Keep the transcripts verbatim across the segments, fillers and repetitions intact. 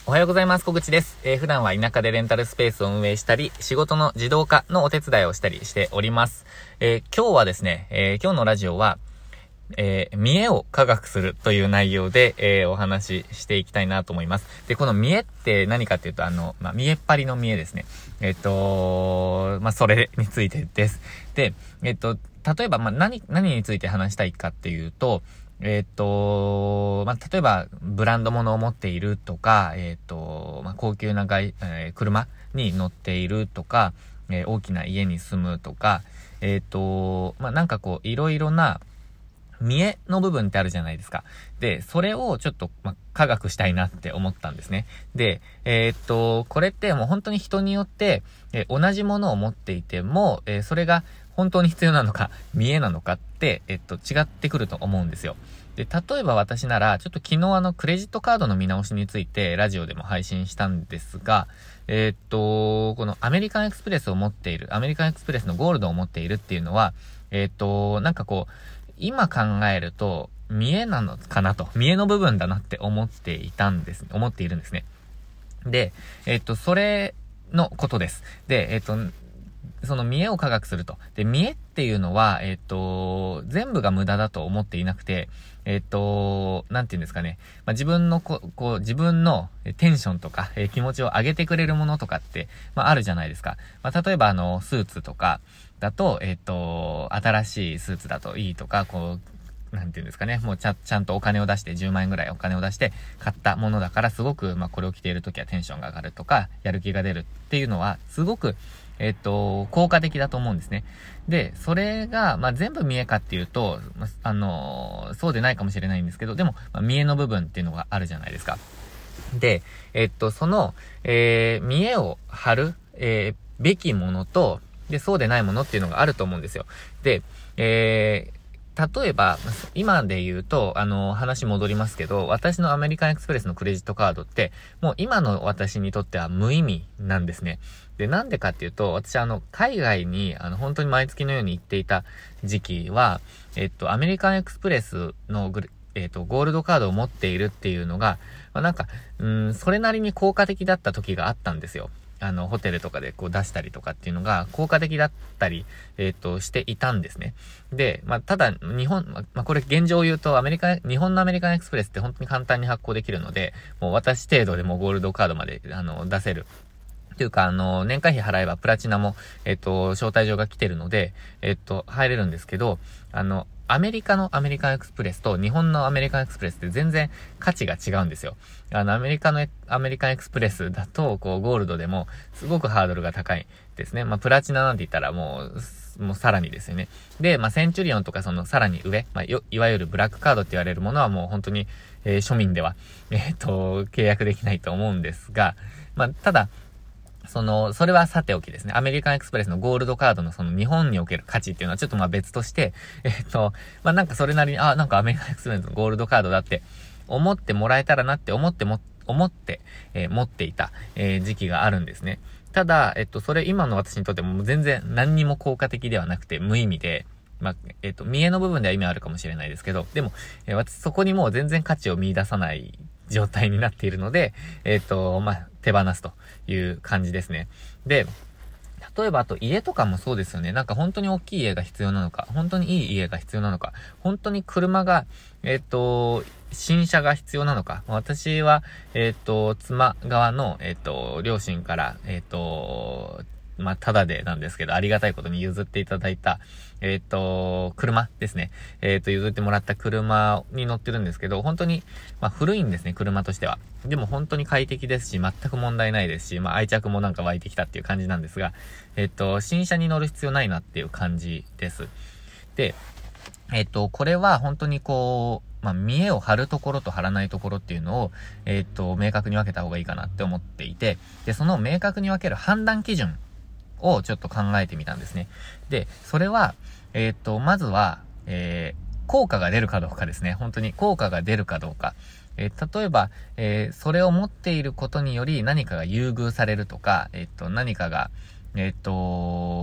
おはようございます。小口です。えー、普段は田舎でレンタルスペースを運営したり、仕事の自動化のお手伝いをしたりしております。えー、今日はですね、えー、今日のラジオは、えー、見栄を科学するという内容で、えー、お話ししていきたいなと思います。で、この見栄って何かっていうと、あの、まあ、見栄っ張りの見栄ですね。えっと、まあ、それについてです。で、えっと、例えば、まあ、何、何について話したいかっていうと、えっと、まあ、例えば、ブランド物を持っているとか、えっと、まあ、高級な外、えー、車に乗っているとか、えー、大きな家に住むとか、えっと、まあ、なんかこう、いろいろな、見栄の部分ってあるじゃないですか。で、それをちょっと、ま、科学したいなって思ったんですね。で、えー、っと、これってもう本当に人によって、えー、同じものを持っていても、えー、それが本当に必要なのか、見栄なのかって、えー、っと、違ってくると思うんですよ。で、例えば私なら、ちょっと昨日あの、クレジットカードの見直しについて、ラジオでも配信したんですが、えー、っと、このアメリカンエクスプレスを持っている、アメリカンエクスプレスのゴールドを持っているっていうのは、えー、っと、なんかこう、今考えると、見栄なのかなと、見栄の部分だなって思っていたんです、思っているんですね。で、えっと、それのことです。で、えっと、その見栄を科学すると。で、見栄っていうのは、えっと、全部が無駄だと思っていなくて、えっと、なんていうんですかね。まあ、自分のこ、こう、自分のテンションとか、えー、気持ちを上げてくれるものとかって、まあ、あるじゃないですか。まあ、例えばあの、スーツとかだと、えっと、新しいスーツだといいとか、こう、なんていうんですかね。もうちゃ、ちゃんとお金を出して、じゅうまんえんぐらいお金を出して買ったものだから、すごく、まあ、これを着ているときはテンションが上がるとか、やる気が出るっていうのは、すごく、えっと、効果的だと思うんですね。で、それが、まあ、全部見栄かっていうと、まあ、あのー、そうでないかもしれないんですけど、でも、まあ、見栄の部分っていうのがあるじゃないですか。で、えっと、その、えー、見栄を張る、えー、べきものと、で、そうでないものっていうのがあると思うんですよ。で、えー、例えば、今で言うと、あの、話戻りますけど、私のアメリカンエクスプレスのクレジットカードって、もう今の私にとっては無意味なんですね。で、なんでかっていうと、私あの、海外に、あの、本当に毎月のように行っていた時期は、えっと、アメリカンエクスプレスのグル、えっと、ゴールドカードを持っているっていうのが、まあ、なんか、うん、それなりに効果的だった時があったんですよ。あの、ホテルとかでこう出したりとかっていうのが効果的だったり、えっと、していたんですね。で、まあ、ただ、日本、まあ、これ現状を言うと、アメリカ、日本のアメリカンエクスプレスって本当に簡単に発行できるので、もう私程度でもゴールドカードまで、あの、出せる。というか、あの、年会費払えばプラチナも、えっと、招待状が来てるので、えっと、入れるんですけど、あの、アメリカのアメリカンエクスプレスと日本のアメリカンエクスプレスって全然価値が違うんですよ。あの、アメリカのアメリカンエクスプレスだと、こう、ゴールドでも、すごくハードルが高いですね。まあ、プラチナなんて言ったらもう、もうさらにですよね。で、まあ、センチュリオンとかそのさらに上、まあ、よ、いわゆるブラックカードって言われるものはもう本当に、えー、庶民では、えっと、契約できないと思うんですが、まあ、ただ、その、それはさておきですね。アメリカンエクスプレスのゴールドカードのその日本における価値っていうのはちょっとまあ別として、えっと、まあなんかそれなりに、あ、なんかアメリカンエクスプレスのゴールドカードだって思ってもらえたらなって思っても、思って、えー、持っていた、えー、時期があるんですね。ただ、えっと、それ今の私にとっても全然何にも効果的ではなくて無意味で、まあ、えっと、見栄の部分では意味あるかもしれないですけど、でも、えー、私そこにもう全然価値を見出さない状態になっているので、えっと、まあ、手放すという感じですね。で、例えばあと家とかもそうですよね。なんか本当に大きい家が必要なのか、本当にいい家が必要なのか、本当に車が、えっと、新車が必要なのか。私は、えっと、妻側の、えっと、両親から、えっと、まあ、ただでなんですけど、ありがたいことに譲っていただいた、えっと、車ですね。えっと、譲ってもらった車に乗ってるんですけど、本当に、まあ、古いんですね、車としては。でも本当に快適ですし、全く問題ないですし、まあ、愛着もなんか湧いてきたっていう感じなんですが、えっと、新車に乗る必要ないなっていう感じです。で、えっと、これは本当にこう、まあ、見栄を張るところと張らないところっていうのを、えっと、明確に分けた方がいいかなって思っていて、で、その明確に分ける判断基準をちょっと考えてみたんですね。で、それは、えっと、まずは、えー、効果が出るかどうかですね。本当に効果が出るかどうか。えー、例えば、えー、それを持っていることにより何かが優遇されるとか、えっと、何かが、えっと、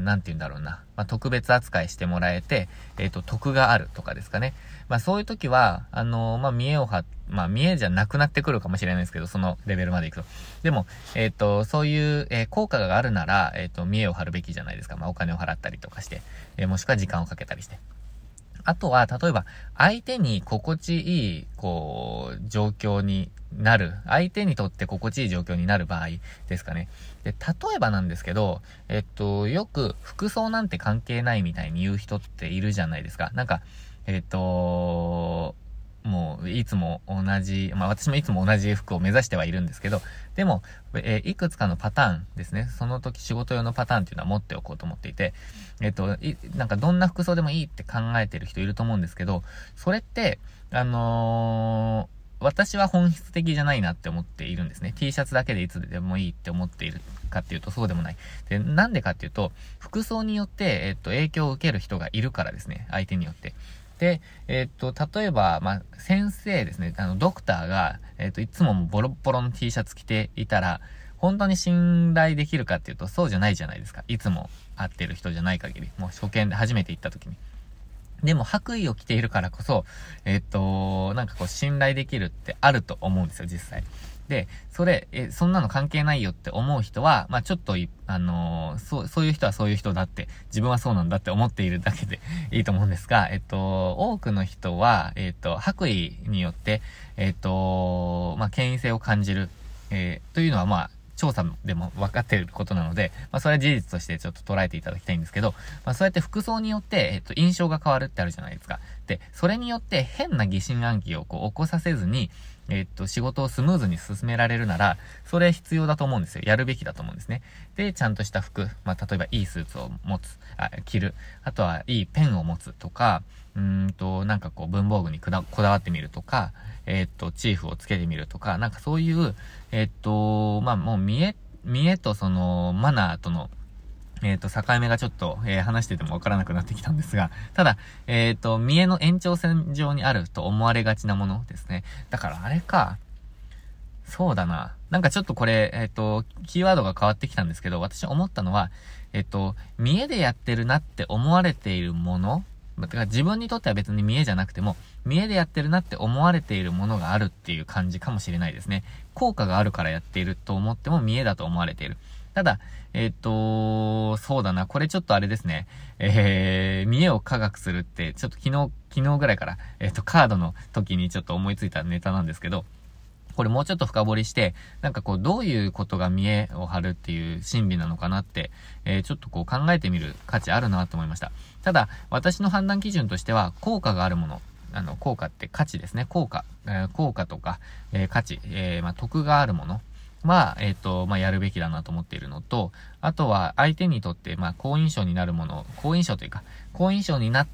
なんて言うんだろうな。まあ、特別扱いしてもらえて、えっと、得があるとかですかね。まあ、そういう時は、あのー、まあ、見栄を張、まあ、見栄じゃなくなってくるかもしれないですけど、そのレベルまでいくと。でも、えっと、そういう、えー、効果があるなら、えっと、見栄を張るべきじゃないですか。まあ、お金を払ったりとかして、えー、もしくは時間をかけたりして。あとは、例えば、相手に心地いい、こう、状況になる、相手にとって心地いい状況になる場合ですかね。で、例えばなんですけど、えっと、よく服装なんて関係ないみたいに言う人っているじゃないですか。なんか、えっと、もう、いつも同じ、まあ私もいつも同じ服を目指してはいるんですけど、でも、えーいくつかのパターンですね。その時仕事用のパターンっていうのは持っておこうと思っていて、えっと、いなんかどんな服装でもいいって考えてる人いると思うんですけど、それって、あのー私は本質的じゃないなって思っているんですね。T シャツだけでいつでもいいって思っているかっていうとそうでもない。で、なんでかっていうと、服装によって、えっと、影響を受ける人がいるからですね。相手によって。で、えっと、例えば、まあ、先生ですね。あの、ドクターが、えっと、いつもボロッボロの T シャツ着ていたら、本当に信頼できるかっていうと、そうじゃないじゃないですか。いつも会ってる人じゃない限り。もう初見で初めて行った時に。でも白衣を着ているからこそ、えっと、なんかこう信頼できるってあると思うんですよ、実際。で、それ、え、そんなの関係ないよって思う人は、まあちょっとい、あのーそう、そういう人はそういう人だって、自分はそうなんだって思っているだけでいいと思うんですが、えっと、多くの人は、えっと、白衣によって、えっと、まあ権威性を感じる、えーというのはまあ、調査でも分かっていることなので、まあそれは事実としてちょっと捉えていただきたいんですけど、まあそうやって服装によって、えっと、印象が変わるってあるじゃないですか。で、それによって変な疑心暗鬼をこう起こさせずに、えっと、仕事をスムーズに進められるなら、それ必要だと思うんですよ。やるべきだと思うんですね。で、ちゃんとした服、まあ例えばいいスーツを持つ、あ、着る、あとはいいペンを持つとか、うーんと、なんかこう文房具にこだわってみるとか、えっと、チーフをつけてみるとか、なんかそういう、えっと、まあもう見え、見えとそのマナーとの、えっと、境目がちょっと、えー話しててもわからなくなってきたんですが、ただ、えっと、見えの延長線上にあると思われがちなものですね。だからあれか、そうだな。なんかちょっとこれ、えっと、キーワードが変わってきたんですけど、私思ったのは、えっと、見えでやってるなって思われているもの、だから自分にとっては別に見えじゃなくても、見えでやってるなって思われているものがあるっていう感じかもしれないですね。効果があるからやっていると思っても見えだと思われている。ただ、えっと、そうだな。これちょっとあれですね。えー、見栄を科学するって、ちょっと昨日、昨日ぐらいから、えっと、カードの時にちょっと思いついたネタなんですけど、これもうちょっと深掘りして、なんかこう、どういうことが見栄を張るっていう心理なのかなって、えー、ちょっとこう考えてみる価値あるなと思いました。ただ、私の判断基準としては、効果があるもの、あの、効果って価値ですね。効果、えー、効果とか、えー、価値、えー、まあ、得があるものは、えっと、まあ、やるべきだなと思っているのと、あとは、相手にとって、まあ、好印象になるもの、好印象というか、好印象になった、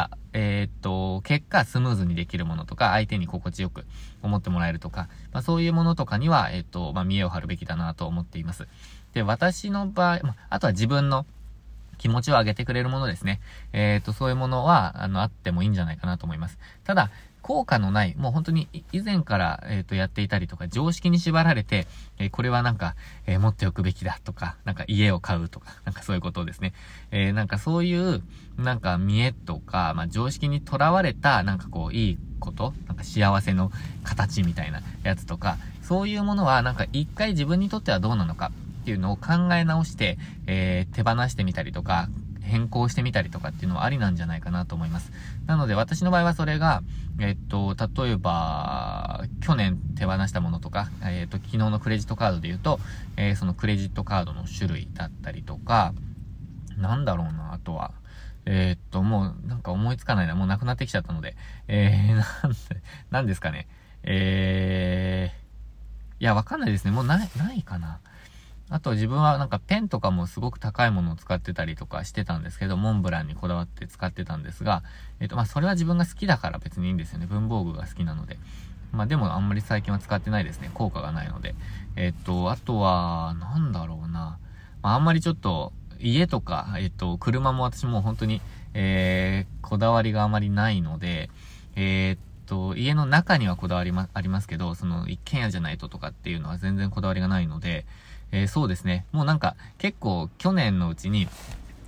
えっと、結果、スムーズにできるものとか、相手に心地よく思ってもらえるとか、まあ、そういうものとかには、えっと、まあ、見栄を張るべきだなと思っています。で、私の場合、まあ、あとは自分の気持ちを上げてくれるものですね。えっと、そういうものは、あの、あってもいいんじゃないかなと思います。ただ、効果のない、もう本当に以前から、えっと、やっていたりとか、常識に縛られて、えーこれはなんか、えー持っておくべきだとか、なんか家を買うとか、なんかそういうことですね。えーなんかそういう、なんか見栄とか、まあ、常識にとらわれた、なんかこう、いいこと、なんか幸せの形みたいなやつとか、そういうものは、なんか一回自分にとってはどうなのかっていうのを考え直して、えー手放してみたりとか、変更してみたりとかっていうのはありなんじゃないかなと思います。なので私の場合はそれが、えっと、例えば、去年手放したものとか、えっと、昨日のクレジットカードで言うと、えーそのクレジットカードの種類だったりとか、なんだろうな、あとは。えーっと、もう、なんか思いつかないな。もうなくなってきちゃったので。えー、なんで、なんですかね。えー、いや、わかんないですね。もうない、ないかな。あと自分はなんかペンとかもすごく高いものを使ってたりとかしてたんですけど、モンブランにこだわって使ってたんですが、えっと、まあ、それは自分が好きだから別にいいんですよね。文房具が好きなので。まあ、でもあんまり最近は使ってないですね。効果がないので。えっと、あとは、なんだろうな。まあ、あんまりちょっと、家とか、えっと、車も私も本当に、えー、こだわりがあまりないので、えーっと、家の中にはこだわりま、ありますけど、その一軒家じゃないととかっていうのは全然こだわりがないので、えー、そうですね。もうなんか、結構去年のうちに、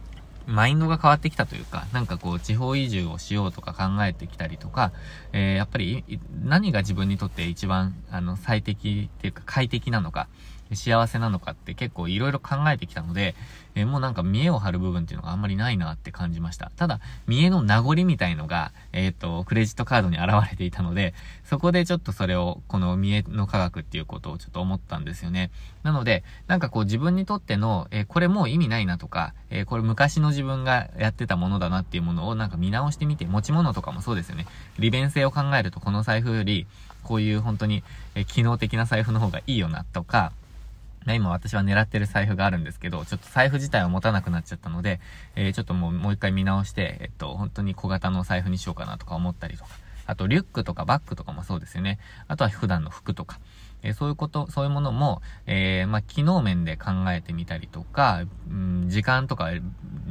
マインドが変わってきたというか、なんかこう、地方移住をしようとか考えてきたりとか、えー、やっぱり、何が自分にとって一番、あの、最適っていうか快適なのか、幸せなのかって結構いろいろ考えてきたので、えー、もうなんか見栄を張る部分っていうのがあんまりないなって感じました。ただ、見栄の名残みたいのが、えっと、クレジットカードに現れていたので、そこでちょっとそれを、この見栄の科学っていうことをちょっと思ったんですよね。なので、なんかこう自分にとっての、えー、これもう意味ないなとか、えー、これ昔の自分がやってたものだなっていうものをなんか見直してみて、持ち物とかもそうですよね。利便性を考えるとこの財布より、こういう本当に、えー、機能的な財布の方がいいよなとか、今私は狙ってる財布があるんですけど、ちょっと財布自体を持たなくなっちゃったので、えー、ちょっともう、もう一回見直して、えっと、本当に小型の財布にしようかなとか思ったりとか、あとリュックとかバッグとかもそうですよね。あとは普段の服とか、えー、そういうこと、そういうものも、えー、まあ、機能面で考えてみたりとか、うん、時間とか、うん、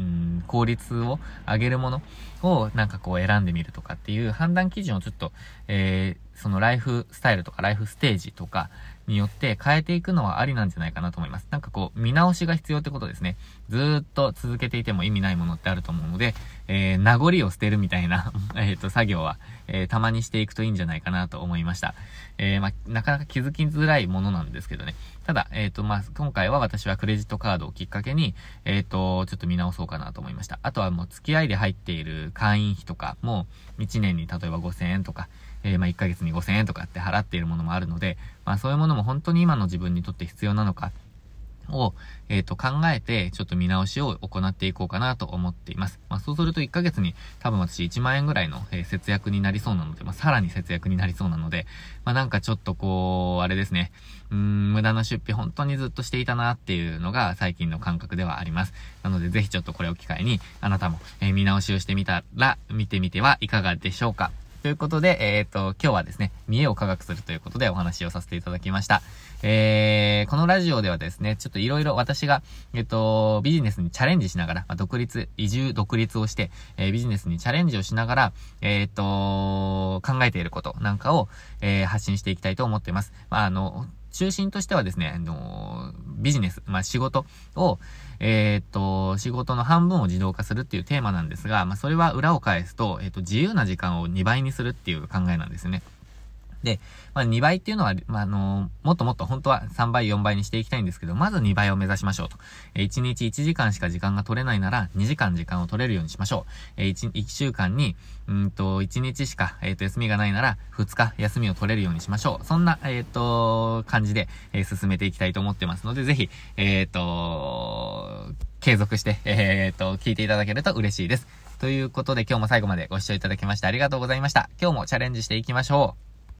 効率を上げるものをなんかこう選んでみるとかっていう判断基準をちょっと、えー、そのライフスタイルとかライフステージとかによって変えていくのはありなんじゃないかなと思います。なんかこう見直しが必要ってことですね。ずーっと続けていても意味ないものってあると思うので、えー、名残を捨てるみたいなえっと作業は、えー、たまにしていくといいんじゃないかなと思いました。えー、まあ、なかなか気づきづらいものなんですけどね。ただ、えっと、まあ、今回は私はクレジットカードをきっかけに、えっと、ちょっと見直そうかなと思いました。あとはもう付き合いで入っている会員費とかも、いちねんに例えばごせんえんとか、えー、まあ、いっかげつにごせんえんとかって払っているものもあるので、まあ、そういうものも本当に今の自分にとって必要なのか、を、えっと、考えて、ちょっと見直しを行っていこうかなと思っています。まあ、そうするといっかげつに多分私いちまんえんぐらいの、えー、節約になりそうなので、まあ、さらに節約になりそうなので、まあ、なんかちょっとこう、あれですね、うーん、無駄な出費本当にずっとしていたなっていうのが最近の感覚ではあります。なので、ぜひちょっとこれを機会に、あなたも、えー、見直しをしてみたら、見てみてはいかがでしょうか。ということで、えっと、今日はですね、見栄を科学するということでお話をさせていただきました。えー、このラジオではですね、ちょっといろいろ私が、えっと、ビジネスにチャレンジしながら、まあ、独立、移住、独立をして、えー、ビジネスにチャレンジをしながら、えっと、考えていることなんかを、えー、発信していきたいと思っています。まあ、あの、中心としてはですね、あのー、ビジネス、まあ、仕事を、えー、っと、仕事の半分を自動化するっていうテーマなんですが、まあ、それは裏を返すと、えー、っと、自由な時間をにばいにするっていう考えなんですよね。で、まあ、にばいっていうのは、まあ、あのー、もっともっと本当はさんばい、よんばいにしていきたいんですけど、まずにばいを目指しましょうと。えー、いちにちいちじかんしか時間が取れないなら、にじかん時間を取れるようにしましょう。えー、1, いっしゅうかんに、うんと、いちにちしか、えっと、休みがないなら、ふつか休みを取れるようにしましょう。そんな、えっと、感じで、えー、進めていきたいと思ってますので、ぜひ、えっと、継続して、えっと、聞いていただけると嬉しいです。ということで、今日も最後までご視聴いただきましてありがとうございました。今日もチャレンジしていきましょう。